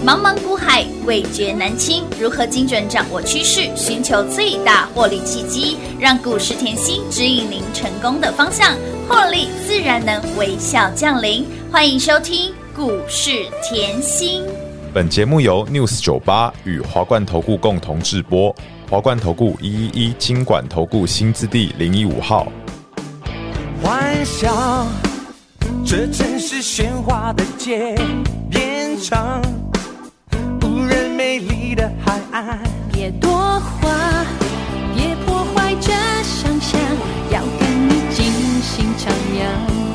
茫茫股海，味觉难清。如何精准掌握趋势，寻求最大获利契机，让股市甜心指引您成功的方向，获利自然能微笑降临。欢迎收听股市甜心。 本节目由 News 98与华冠投顾共同制播，华冠投顾111金管投顾新字第015号。 幻想，这城市喧哗的街变成无人美丽的海岸。 别多话，别破坏这想象，要跟你尽兴徜徉。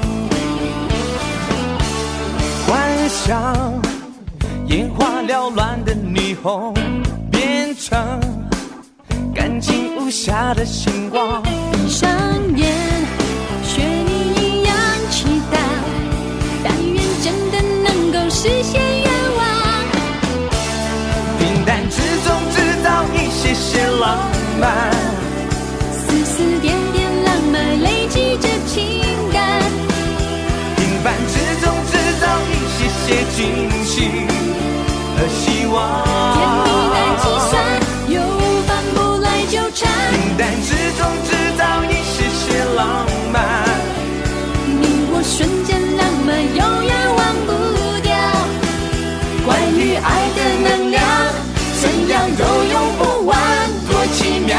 幻想，眼花缭乱的霓虹变成干净无瑕的星光。 闭上眼，学你一样期待，但愿真的能够实现愿望。 平淡之中制造一些些浪漫， 丝丝点点浪漫累积着情感。 平凡之中制造一些些惊喜和希望。 甜蜜难计算，又反不来纠缠。 平淡之中制造一些些浪漫， 你我瞬间浪漫，永远忘不掉。关于爱的能量，怎样都用不完，多奇妙。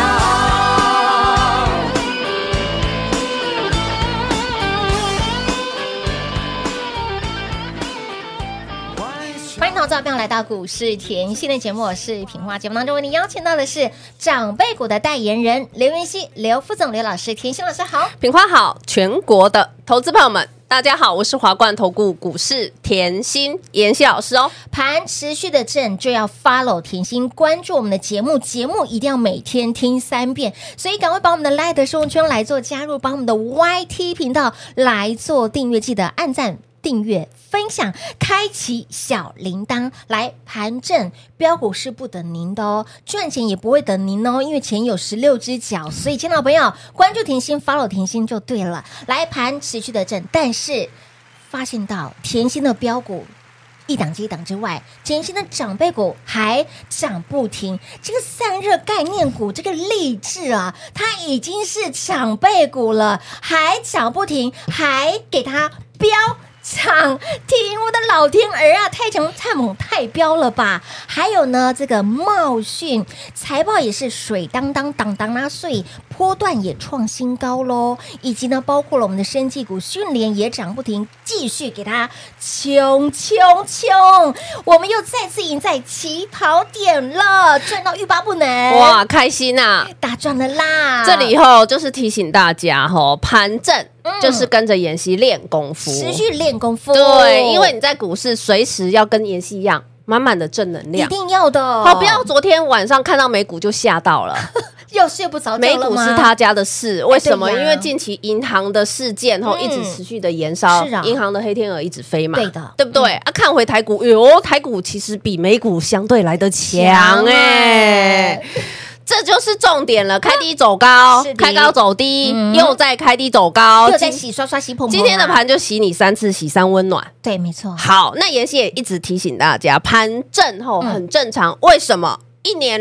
欢迎投资者朋友来到股市甜心的节目，我是品花。节目当中为您邀请到的是长辈股的代言人刘元熙、刘副总、刘老师。甜心老师好， 品花好，全国的投资朋友们大家好，我是华冠投顾股市甜心妍希老师哦。 盘持续的震就要 follow 甜心，关注我们的节目一定要每天听3遍，所以赶快把我们的 LINE 生活圈来做加入，把我们的 YT 频道来做订阅，记得按赞订阅分享，开启小铃铛。来，盘正标股是不等您的哦，赚钱也不会等您哦，因为钱有16只脚，所以亲爱的朋友关注甜心 follow 甜心就对了。来，盘持续的震，但是发现到甜心的标股一档接一档之外，甜心的长辈股还涨不停。这个散热概念股，这个励志啊，它已经是长辈股了，还涨不停，还给它标涨停，我的老天儿啊，太强太猛太彪了吧！还有呢，这个茂讯财报也是水当当当当啊，所以波段也创新高喽。以及呢，包括了我们的生技股迅联也涨不停，继续给它冲，我们又再次赢在起跑点了，赚到欲罢不能， 哇，开心啊， 大赚了啦！ 这里后就是提醒大家盘正就是跟着妍希练功夫， 持续练功夫。 对，因为你在股市随时要跟妍希一样，满满的正能量， 一定要的。 好，不要昨天晚上看到美股就吓到了。 又睡不着觉了吗？ 美股是他家的事，为什么？ 对呀， 因为近期银行的事件一直持续的延烧， 是啊， 银行的黑天鹅一直飞嘛， 对的， 对不对？看回台股，台股其实比美股相对来的强这就是重点了，开低走高，开高走低，又再开低走高， 又在洗刷刷洗捧捧。 今天的盘就洗你3次，洗3温暖。 对，没错。 好，那妍希也一直提醒大家，盘正很正常，为什么？1年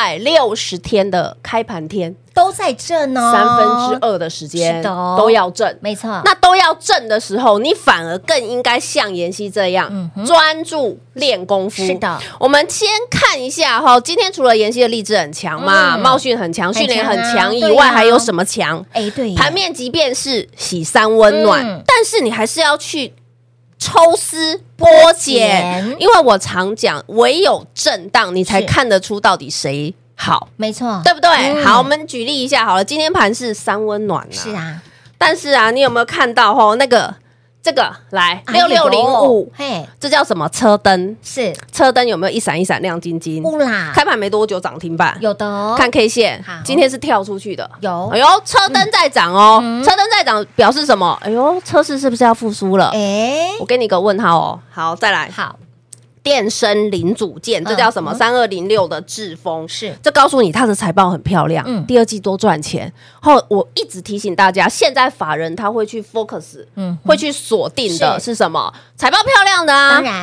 260天的开盘天都在震哦 ，2/3的时间都要震， 没错。 那都要震的时候，你反而更应该像妍希这样专注练功夫。 是的， 我们先看一下今天除了妍希的励志很强嘛，茂讯很强，迅联很强以外，还有什么强？ 对， 盘面即便是洗3温暖，但是你还是要去抽丝剥茧，因为我常讲，唯有震荡，你才看得出到底谁好， 没错， 对不对？好，我们举例一下好了，今天盘是3温暖是啊， 但是你有没有看到这个来6605，这叫什么车灯？ 是车灯有没有一闪一闪亮晶晶？ 啦， 开盘没多久涨停板， 有的哦。 看 K 线，今天是跳出去的， 有。 哎呦，车灯在涨哦，车灯在涨表示什么？哎呦，车市是不是要复苏了？我给你个问号哦。好，再来。 好。 电声零组件，这叫什么？3206的智丰， 是这告诉你它的财报很漂亮，第二季多赚钱。我一直提醒大家，现在法人他会去 focus，会去锁定的是什么？财报漂亮的啊， 当然。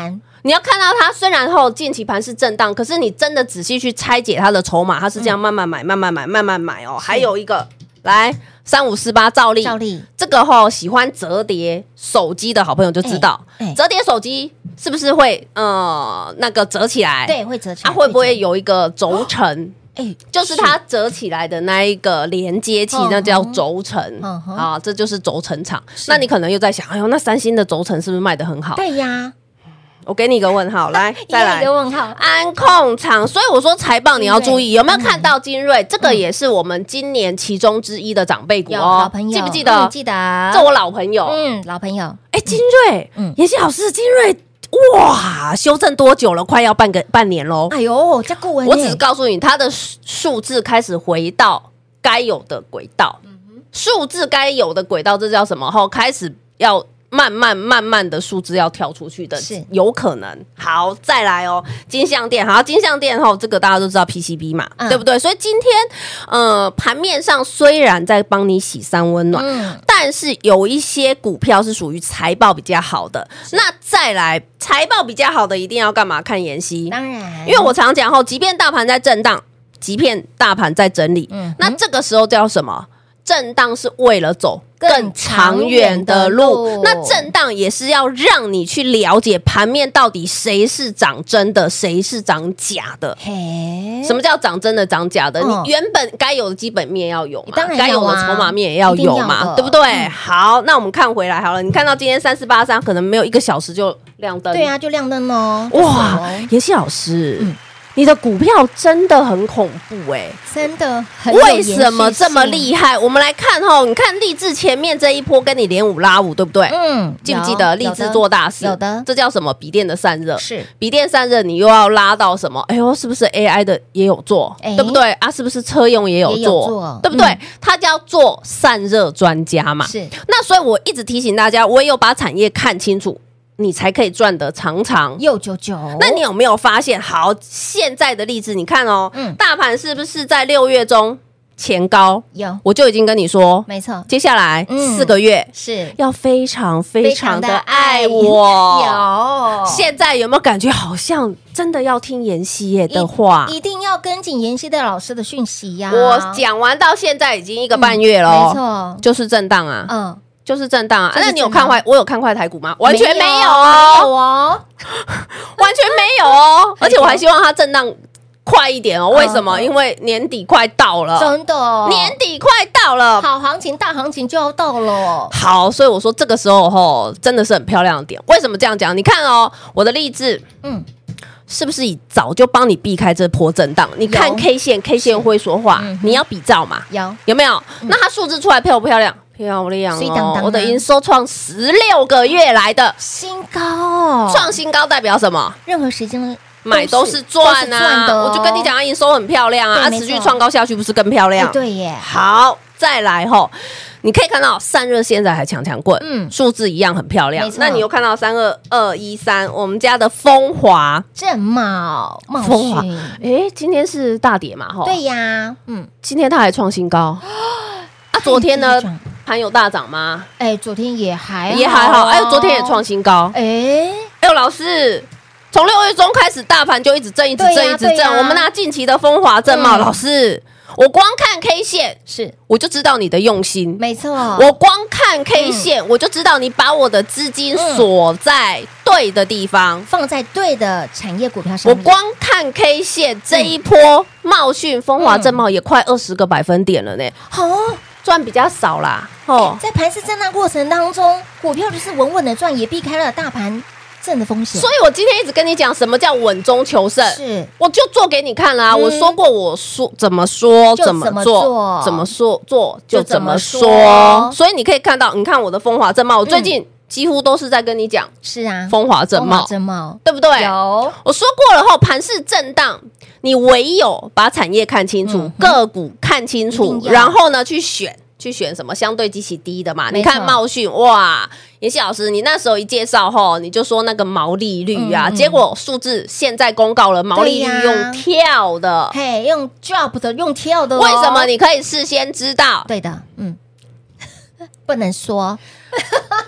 你要看到它虽然近期盘是震荡，可是你真的仔细去拆解它的筹码，它是这样慢慢买、慢慢买、慢慢买哦。还有一个来3548兆利，这个喜欢折叠手机的好朋友就知道，折叠手机是不是会那个折起来？ 对，会折起来。 它会不会有一个轴承？就是它折起来的那一个连接器，那叫轴承啊，这就是轴承厂。那你可能又在想，哎呦，那三星的轴承是不是卖得很好？ 对呀， 我给你一个问号，来，再来一个问号。 安控厂，所以我说财报你要注意，有没有看到精锐？这个也是我们今年其中之一的长辈股哦， 老朋友， 记不记得？ 记得， 这我老朋友， 老朋友。 精锐，妍希老师，精锐。哇，修正多久了？快要半年喽！ 哎呦，这顾问， 我只是告诉你，它的数字开始回到该有的轨道，数字该有的轨道，这叫什么？开始要慢慢的数字要跳出去的，是有可能。好，再来哦，金像电，好，金像电这个大家都知道 PCB 嘛，对不对？所以今天盘面上虽然在帮你洗三温暖，但是有一些股票是属于财报比较好的。那再来，财报比较好的一定要干嘛？看妍希， 当然， 因为我常讲即便大盘在震荡，即便大盘在整理，那这个时候叫什么？震荡是为了走更长远的路，那震荡也是要让你去了解盘面到底谁是涨真的，谁是涨假的。什么叫涨真的、涨假的？你原本该有的基本面要有嘛，该有的筹码面也要有嘛，对不对？好，那我们看回来好了，你看到今天3483可能没有1个小时就亮灯， 对啊，就亮灯哦。 哇，妍希老师。你的股票真的很恐怖真的很有为什么这么厉害？我们来看你看励志前面这一波跟你连5拉5，对不对？记不记得励志做大事？ 有的， 这叫什么？笔电的散热是笔电散热，你又要拉到什么？哎呦，是不是 AI 的也有做？对不对啊？是不是车用也有做？对不对？它叫做散热专家嘛。是那所以我一直提醒大家，唯有把产业看清楚，你才可以赚得长长又久久。 那你有没有发现？好，现在的例子你看大盘是不是在6月中前高？ 有， 我就已经跟你说， 没错。 接下来4个月是要非常非常的爱我。有，现在有没有感觉好像真的要听妍希的话？ 一定要跟紧妍希的老师的讯息呀！ 我讲完到现在已经1个半月了， 没错， 就是震荡啊，就是震荡啊！那你有看坏？我有看坏台股吗？完全没有哦，完全没有哦！而且我还希望它震荡快一点哦。为什么？因为年底快到了， 真的， 年底快到了， 好行情、大行情就要到了。 好，所以我说这个时候真的是很漂亮的点。为什么这样讲？你看我的励志，是不是早就帮你避开这波震荡？你看 K 线会说话，你要比照嘛？有没有？那它数字出来漂不漂亮？漂亮哦！我的营收创16个月来的新高， 创新高代表什么？ 任何时间买都是赚啊！我就跟你讲，营收很漂亮啊，持续创高下去不是更漂亮？ 对耶。 好，再来你可以看到散热现在还强棍，数字一样很漂亮。那你又看到32213，我们家的风华正茂风华，今天是大跌嘛？ 对呀， 今天它还创新高啊！昨天呢？盘有大涨吗？ 昨天也还好，昨天也创新高。老师，从6月中开始，大盘就一直震，一直震。我们拿近期的风华正茂，老师，我光看 K 线我就知道你的用心。 没错， 我光看 K 线我就知道你把我的资金锁在对的地方， 放在对的产业股票上。 我光看 K 线这一波，茂讯、风华正茂也快20个百分点了呢。赚比较少啦， 在盘势震荡过程当中，股票就是稳稳的赚，也避开了大盘震的风险。 所以我今天一直跟你讲，什么叫稳中求胜，我就做给你看啦。我说过，我说怎么说怎么做，怎么说做就怎么说。所以你可以看到，你看我的风华正茂，我最近几乎都是在跟你讲， 是啊， 风华正茂，对不对？ 有， 我说过了盘势震荡，你唯有把产业看清楚，个股看清楚，然后呢去选什么相对基期低的嘛？你看茂讯，哇，妍希老师，你那时候一介绍你就说那个毛利率啊，结果数字现在公告了，毛利率用跳的， 用 drop 的，用跳的。 为什么你可以事先知道？ 对的，不能说。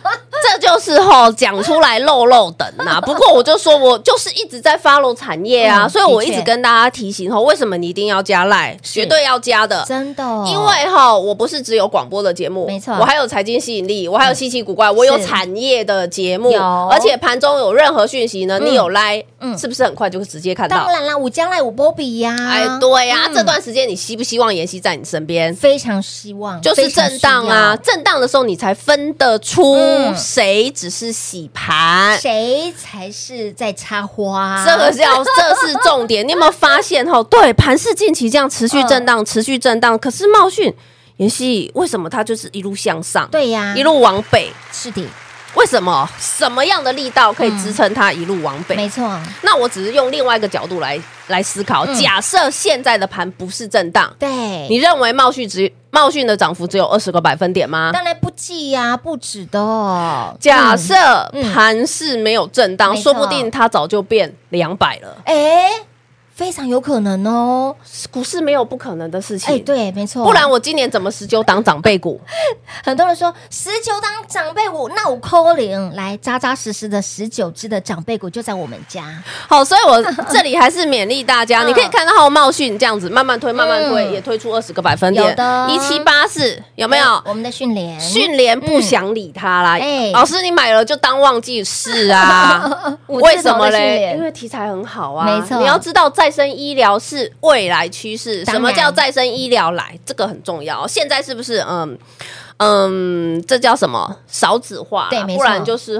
这就是讲出来漏漏等呐。不过我就说我就是一直在 follow 产业啊，所以我一直跟大家提醒为什么你一定要加 LINE， 绝对要加的， 真的， 因为我不是只有广播的节目， 没错， 我还有财经吸引力，我还有稀奇古怪，我有产业的节目，而且盘中有任何讯息呢，你有 LINE，是不是很快就会直接看到？ 当然啦，我将来我波比呀， 对呀，这段时间你希不希望妍希在你身边？ 非常希望， 就是震荡啊，震荡的时候你才分得出谁只是洗盘， 谁才是在插花， 这是重点。你有没有发现对，盘势近期这样持续震荡，持续震荡，可是茂讯妍希为什么它就是一路向上？ 对呀， 一路往北， 是的。 为什么？什么样的力道可以支撑它一路往北？ 没错。 那我只是用另外一个角度来思考。假设现在的盘不是震荡， 对， 你认为茂讯的涨幅只有20个百分点吗？ 当然不计呀，不止的。 假设盘势没有震荡，说不定它早就变200了。 非常有可能哦， 股市没有不可能的事情。 对，没错。 不然我今年怎么19档长辈股？ 很多人说19档长辈股，那我扣0来扎扎实实的19只的长辈股就在我们家。 好，所以我这里还是勉励大家，你可以看到茂讯这样子慢慢推，慢慢推，也推出20个百分点。 有的 1784有没有？ 我们的讯联不想理他啦。老师你买了就当忘记是啊？为什么嘞？因为题材很好啊。 没错， 你要知道再生医疗是未来趋势。什么叫再生医疗来？这个很重要。现在是不是这叫什么少子化？ 对，没错。 不然就是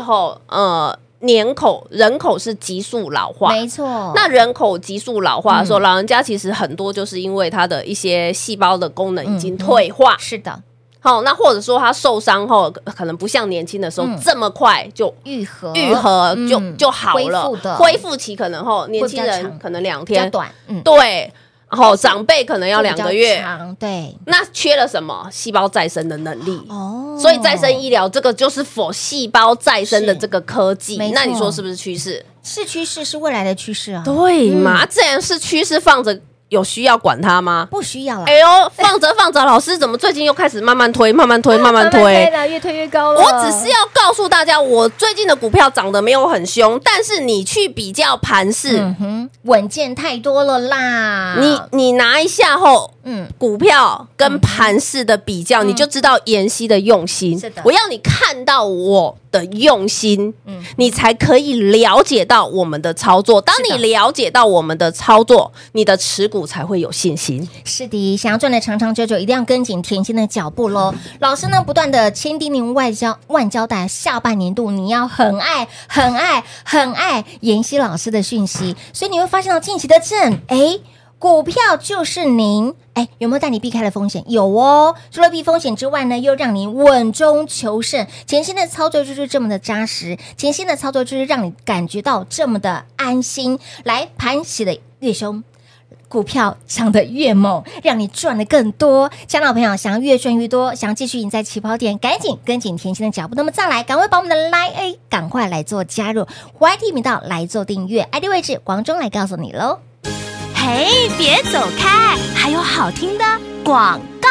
人口是急速老化， 没错。 那人口急速老化的时候，老人家其实很多就是因为他的一些细胞的功能已经退化。 是的。 那或者说他受伤后，可能不像年轻的时候这么快就愈合就好了，恢复期可能年轻人可能2天， 短， 对。然后长辈可能要2个月， 对， 那缺了什么？细胞再生的能力所以再生医疗这个就是for细胞再生的这个科技，那你说是不是趋势？ 是趋势，是未来的趋势啊， 对嘛？自然是趋势，放着有需要管它吗？ 不需要了。 放着，老师怎么最近又开始慢慢推，慢慢推了，越推越高了。 我只是要告诉大家，我最近的股票涨得没有很凶，但是你去比较盘势， 稳健太多了啦。 你拿一下股票跟盘势的比较，你就知道妍希的用心。 是的， 我要你看到我的用心，你才可以了解到我们的操作。当你了解到我们的操作，你的持股才会有信心。 是的，想要赚的长长久久，一定要跟紧甜心的脚步咯。老师呢，不断的千叮咛万交代，下半年度你要很爱妍希老师的讯息，所以你会发现到近期的震，股票就是您，有没有带你避开了风险？有哦，除了避风险之外呢，又让你稳中求胜。前期的操作就是这么的扎实，前期的操作就是让你感觉到这么的安心。来，盘洗的越凶，股票涨得越猛，让你赚得更多。亲爱的朋友，想要越赚越多，想要继续赢在起跑点，赶紧跟紧甜心的脚步。那么再来，赶快把我们的 LINE 赶快来做加入 YT 频道来做订阅 ，ID 位置广中来告诉你喽。 嘿，别走开，还有好听的广告。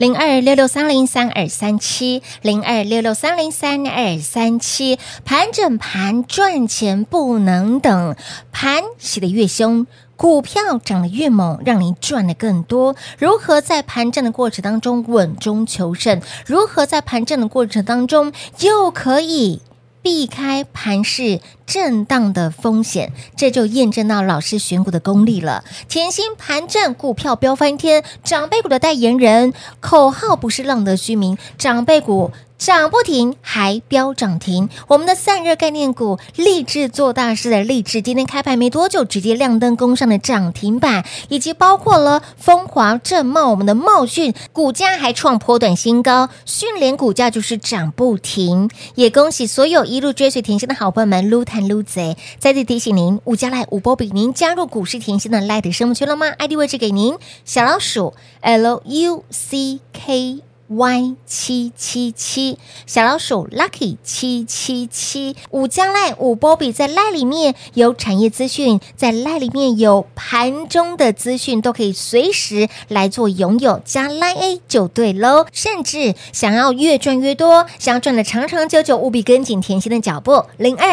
0266303237，0266303237，盘整盘赚钱不能等，盘洗得越凶，股票涨得越猛，让你赚得更多。如何在盘整的过程当中稳中求胜？如何在盘整的过程当中又可以避开盘势震荡的风险？这就验证到老师选股的功力了。甜心盘正，股票飙翻天，长辈股的代言人，口号不是浪得虚名，长辈股涨不停，还飙涨停。我们的散热概念股立志做大事的立志，今天开盘没多久直接亮灯攻上的涨停板，以及包括了风华、正茂，我们的茂讯股价还创波段新高，讯联股价就是涨不停。也恭喜所有一路追随甜心的好朋友们，撸探撸贼。再次提醒您，五加赖五波比，您加入股市甜心的赖的生活圈了吗？ ID 位置给您，小老鼠 LUCKY Y777，小老鼠 Lucky 777，五加赖五波比在赖里面有产业资讯，在赖里面有盘中的资讯，都可以随时来做拥有，加赖 A 就对喽。甚至想要越赚越多，想要赚的长长久久，务必跟紧甜心的脚步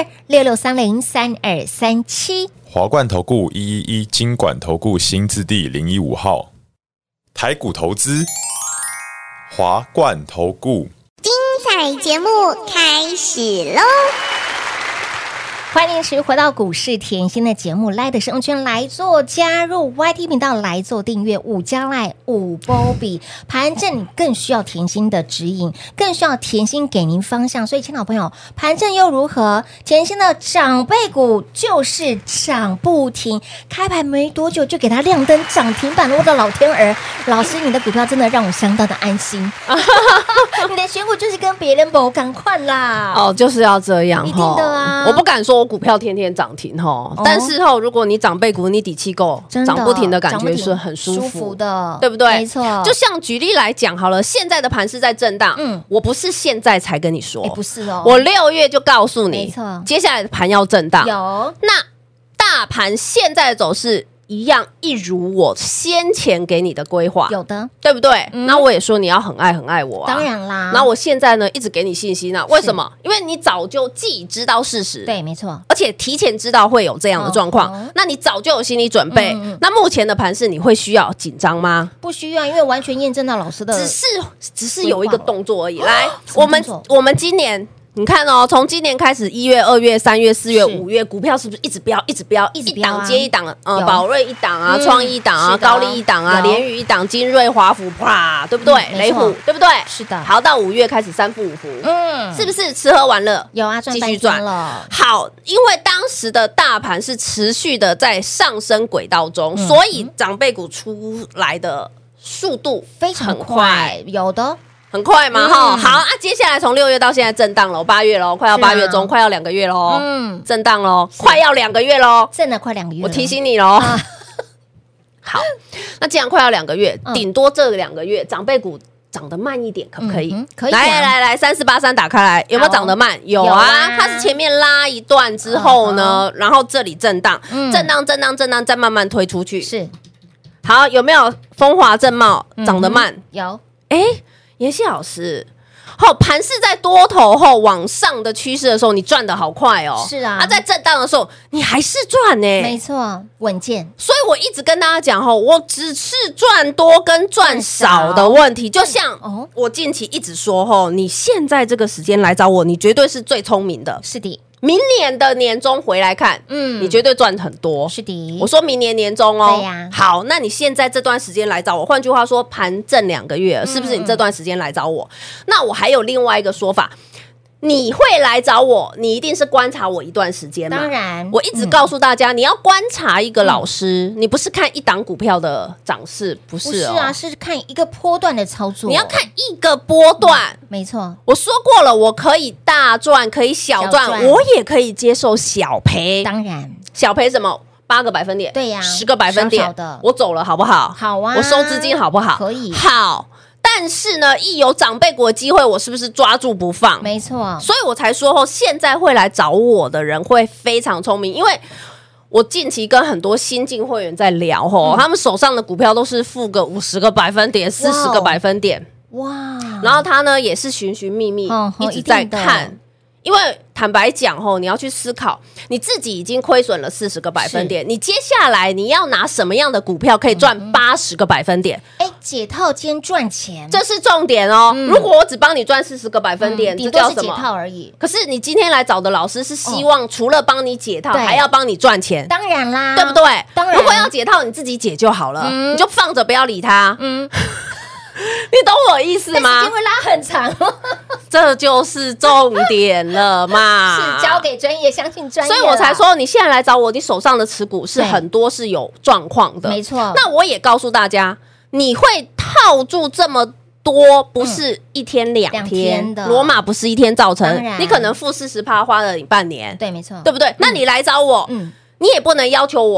，0266303237。 华冠投顾111金管投顾新字第015号，台股投资，华冠投顾。 彩节目开始喽！ 欢迎持续回到股市甜心的节目，赖的生圈来做加入 YT 频道来做订阅，五加赖五波比盘正你更需要甜心的指引，更需要甜心给您方向。所以，亲老朋友，盘正又如何？甜心的长辈股就是涨不停，开盘没多久就给它亮灯涨停板了。我的老天儿，老师，你的股票真的让我相当的安心。你的选股就是跟别人不赶快啦。 哦，就是要这样， 一定的啊。 我不敢说我股票天天涨停但是如果你长辈股，你底气够，涨不停的感觉是很舒服的， 对不对？ 没错。 就像举例来讲好了，现在的盘是在震荡，我不是现在才跟你说， 不是哦， 我6月就告诉你， 没错， 接下来的盘要震荡。 有， 那大盘现在的走势一样，一如我先前给你的规划， 有的， 对不对？那我也说你要很爱很爱我啊， 当然啦。 那我现在呢，一直给你信心啊，为什么？因为你早就既知道事实， 对，没错， 而且提前知道会有这样的状况，那你早就有心理准备。那目前的盘势，你会需要紧张吗？ 不需要，因为完全验证到老师的， 只是有一个动作而已。来，我们今年。你看哦，从今年开始，1月、2月、3月、4月、5月，股票是不是一直飙，一直飙，一档接一档？宝瑞一档啊，创意一档啊，高丽一档啊，联宇一档，金瑞、华孚，啪，对不对？雷虎，对不对？ 是的。 好，到5月开始3伏5伏，是不是吃喝玩乐？ 有啊，继续赚了。 好，因为当时的大盘是持续的在上升轨道中，所以长辈股出来的速度非常快，有的。 很快嘛好啊，接下来从6月到现在震荡了8月咯，快要8月中，快要2个月咯，震荡咯，快要2个月咯， 震了快2个月， 我提醒你咯。好，那既然快要2个月，顶多这2个月长辈股涨得慢一点，可不可以？ 可以。 来，383打开来，有没有涨得慢？有啊，它是前面拉一段之后呢，然后这里震荡，再慢慢推出去。 是， 好，有没有风华正茂涨得慢？ 有， 妍希老师，盘是在多头后往上的趋势的时候，你赚得好快哦。 是啊， 在震荡的时候，你还是赚呢。 没错，稳健。 所以我一直跟大家讲我只是赚多跟赚少的问题。就像我近期一直说你现在这个时间来找我，你绝对是最聪明的。 是的。 明年的年终回来看，你绝对赚很多。 是的， 我说明年年终哦。 对呀。 好，那你现在这段时间来找我，换句话说，盘正2个月，是不是你这段时间来找我？那我还有另外一个说法。你会来找我，你一定是观察我一段时间嘛？ 当然， 我一直告诉大家，你要观察一个老师，你不是看一档股票的涨势，不是啊，是看一个波段的操作。 你要看一个波段， 没错。 我说过了，我可以大赚，可以小赚，我也可以接受小赔。 当然， 小赔什么？8个百分点， 对呀 ，10个百分点，我走了好不好？ 好啊， 我收资金好不好？ 可以， 好。但是呢，一有长辈股的机会，我是不是抓住不放？ 没错， 所以我才说现在会来找我的人会非常聪明，因为我近期跟很多新进会员在聊他们手上的股票都是负个50个百分点、40个百分点，哇！然后他呢也是寻寻觅觅，一直在看。因为坦白讲你要去思考，你自己已经亏损了40个百分点，你接下来你要拿什么样的股票可以赚80个百分点？ 解套兼赚钱， 这是重点哦。如果我只帮你赚40个百分点，这叫什么？ 解套而已。 可是你今天来找的老师是希望除了帮你解套，还要帮你赚钱。 当然啦， 对不对？ 当然， 如果要解套，你自己解就好了，你就放着不要理他。你懂我意思吗？ 时间会拉很长， 这就是重点了嘛。 是交给专业，相信专业， 所以我才说，你现在来找我，你手上的持股是很多是有状况的， 没错。 那我也告诉大家，你会套住这么多，不是1天2天的，罗马不是1天造成，你可能负40%花了你半年， 对，没错， 对不对？那你来找我，你也不能要求我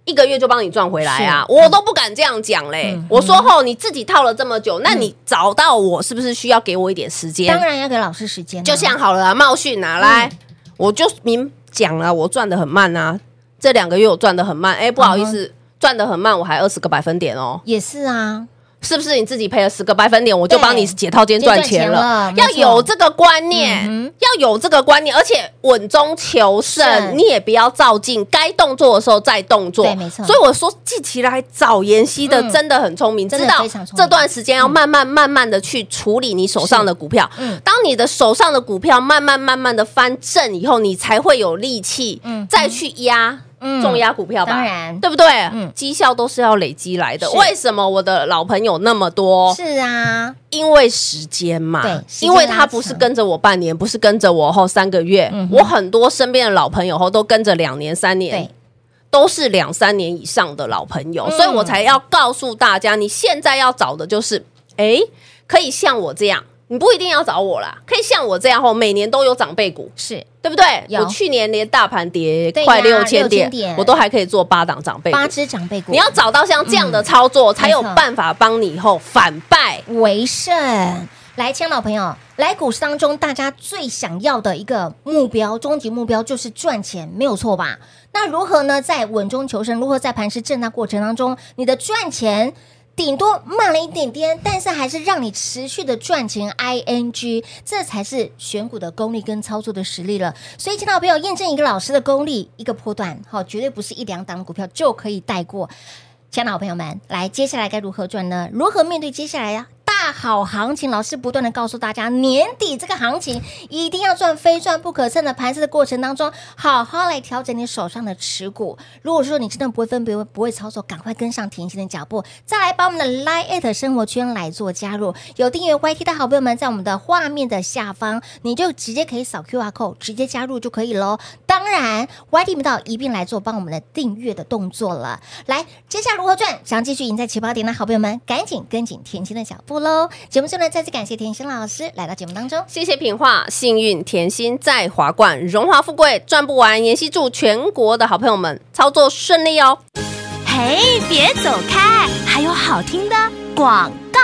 1个月就帮你赚回来啊，我都不敢这样讲嘞。我说后你自己套了这么久，那你找到我是不是需要给我一点时间？ 当然要给老师时间。 就像好了啊，茂讯啊，来，我就明讲了，我赚得很慢啊，这2个月我赚得很慢，不好意思，赚得很慢，我还20个百分点哦。 也是啊。 是不是你自己赔了10个百分点，我就帮你解套间赚钱了？要有这个观念，要有这个观念，而且稳中求胜，你也不要照进，该动作的时候再动作。 对，没错。 所以我说，记起来找妍希的真的很聪明，知道这段时间要慢慢的去处理你手上的股票。当你的手上的股票慢慢的翻正以后，你才会有力气再去压。重压股票吧， 当然， 对不对？绩效都是要累积来的。为什么我的老朋友那么多？ 是啊， 因为时间嘛， 对， 因为他不是跟着我半年，不是跟着我后3个月，我很多身边的老朋友后都跟着2年、3年，对，都是2、3年以上的老朋友，所以我才要告诉大家，你现在要找的就是，可以像我这样。你不一定要找我啦，可以像我这样每年都有长辈股， 是对不对？我去年连大盘跌快6000点，我都还可以做8档长辈股，8 只长辈股。 你要找到像这样的操作，才有办法帮你以后反败为胜。来，亲爱的老朋友，来股市当中，大家最想要的一个目标，终极目标就是赚钱，没有错吧？那如何呢？在稳中求胜，如何在盘势震荡过程当中，你的赚钱顶多慢了一点点，但是还是让你持续的赚钱 ING， 这才是选股的功力跟操作的实力了。所以亲爱的朋友，验证一个老师的功力，一个波段绝对不是1、2档股票就可以带过。亲爱的好朋友们，来，接下来该如何赚呢？如何面对接下来呀？大好行情，老师不断的告诉大家，年底这个行情一定要赚，非赚不可。趁着盘势的过程当中，好好来调整你手上的持股。如果说你真的不会分别不会操作，赶快跟上甜心的脚步，再来把我们的 Line@ 生活圈来做加入。有订阅 YT 的好朋友们，在我们的画面的下方，你就直接可以扫 QR code 直接加入就可以咯。当然 YT 频道一并来做帮我们的订阅的动作了。来，接下来如何赚？想继续赢在起跑点的好朋友们，赶紧跟紧甜心的脚步咯。节目中呢，再次感谢甜心老师来到节目当中， 谢谢品画，幸运甜心在华冠，荣华富贵赚不完。妍希祝全国的好朋友们操作顺利哦。 嘿，别走开，还有好听的广告。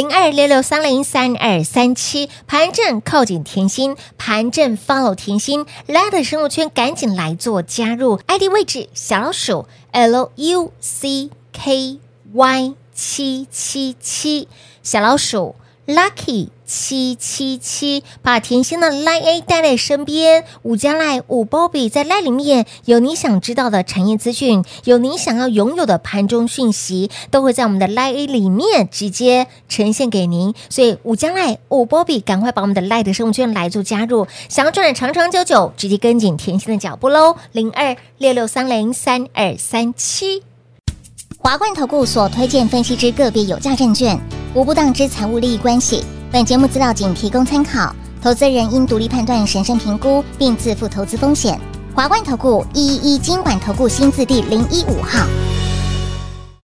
0266303237，盘正靠近甜心，盘正 follow 甜心，来的生活圈赶紧来做加入 ，ID 位置小老鼠 LUCKY777，小老鼠 Lucky 777，把甜心的 Line A 带在身边，5加 Line 5 Bobby 在 Line 里面有你想知道的产业资讯，有你想要拥有的盘中讯息，都会在我们的 Line A 里面直接呈现给您。所以5加 Line 5 Bobby 赶快把我们的 Line 的生活圈来做加入，想要赚的长长久久，直接跟紧甜心的脚步喽。0266303237。 华冠投顾所推荐分析之个别有价证券，无不当之财务利益关系。本节目资料仅提供参考，投资人应独立判断、审慎评估，并自负投资风险。华冠投顾111金管投顾新字第015号。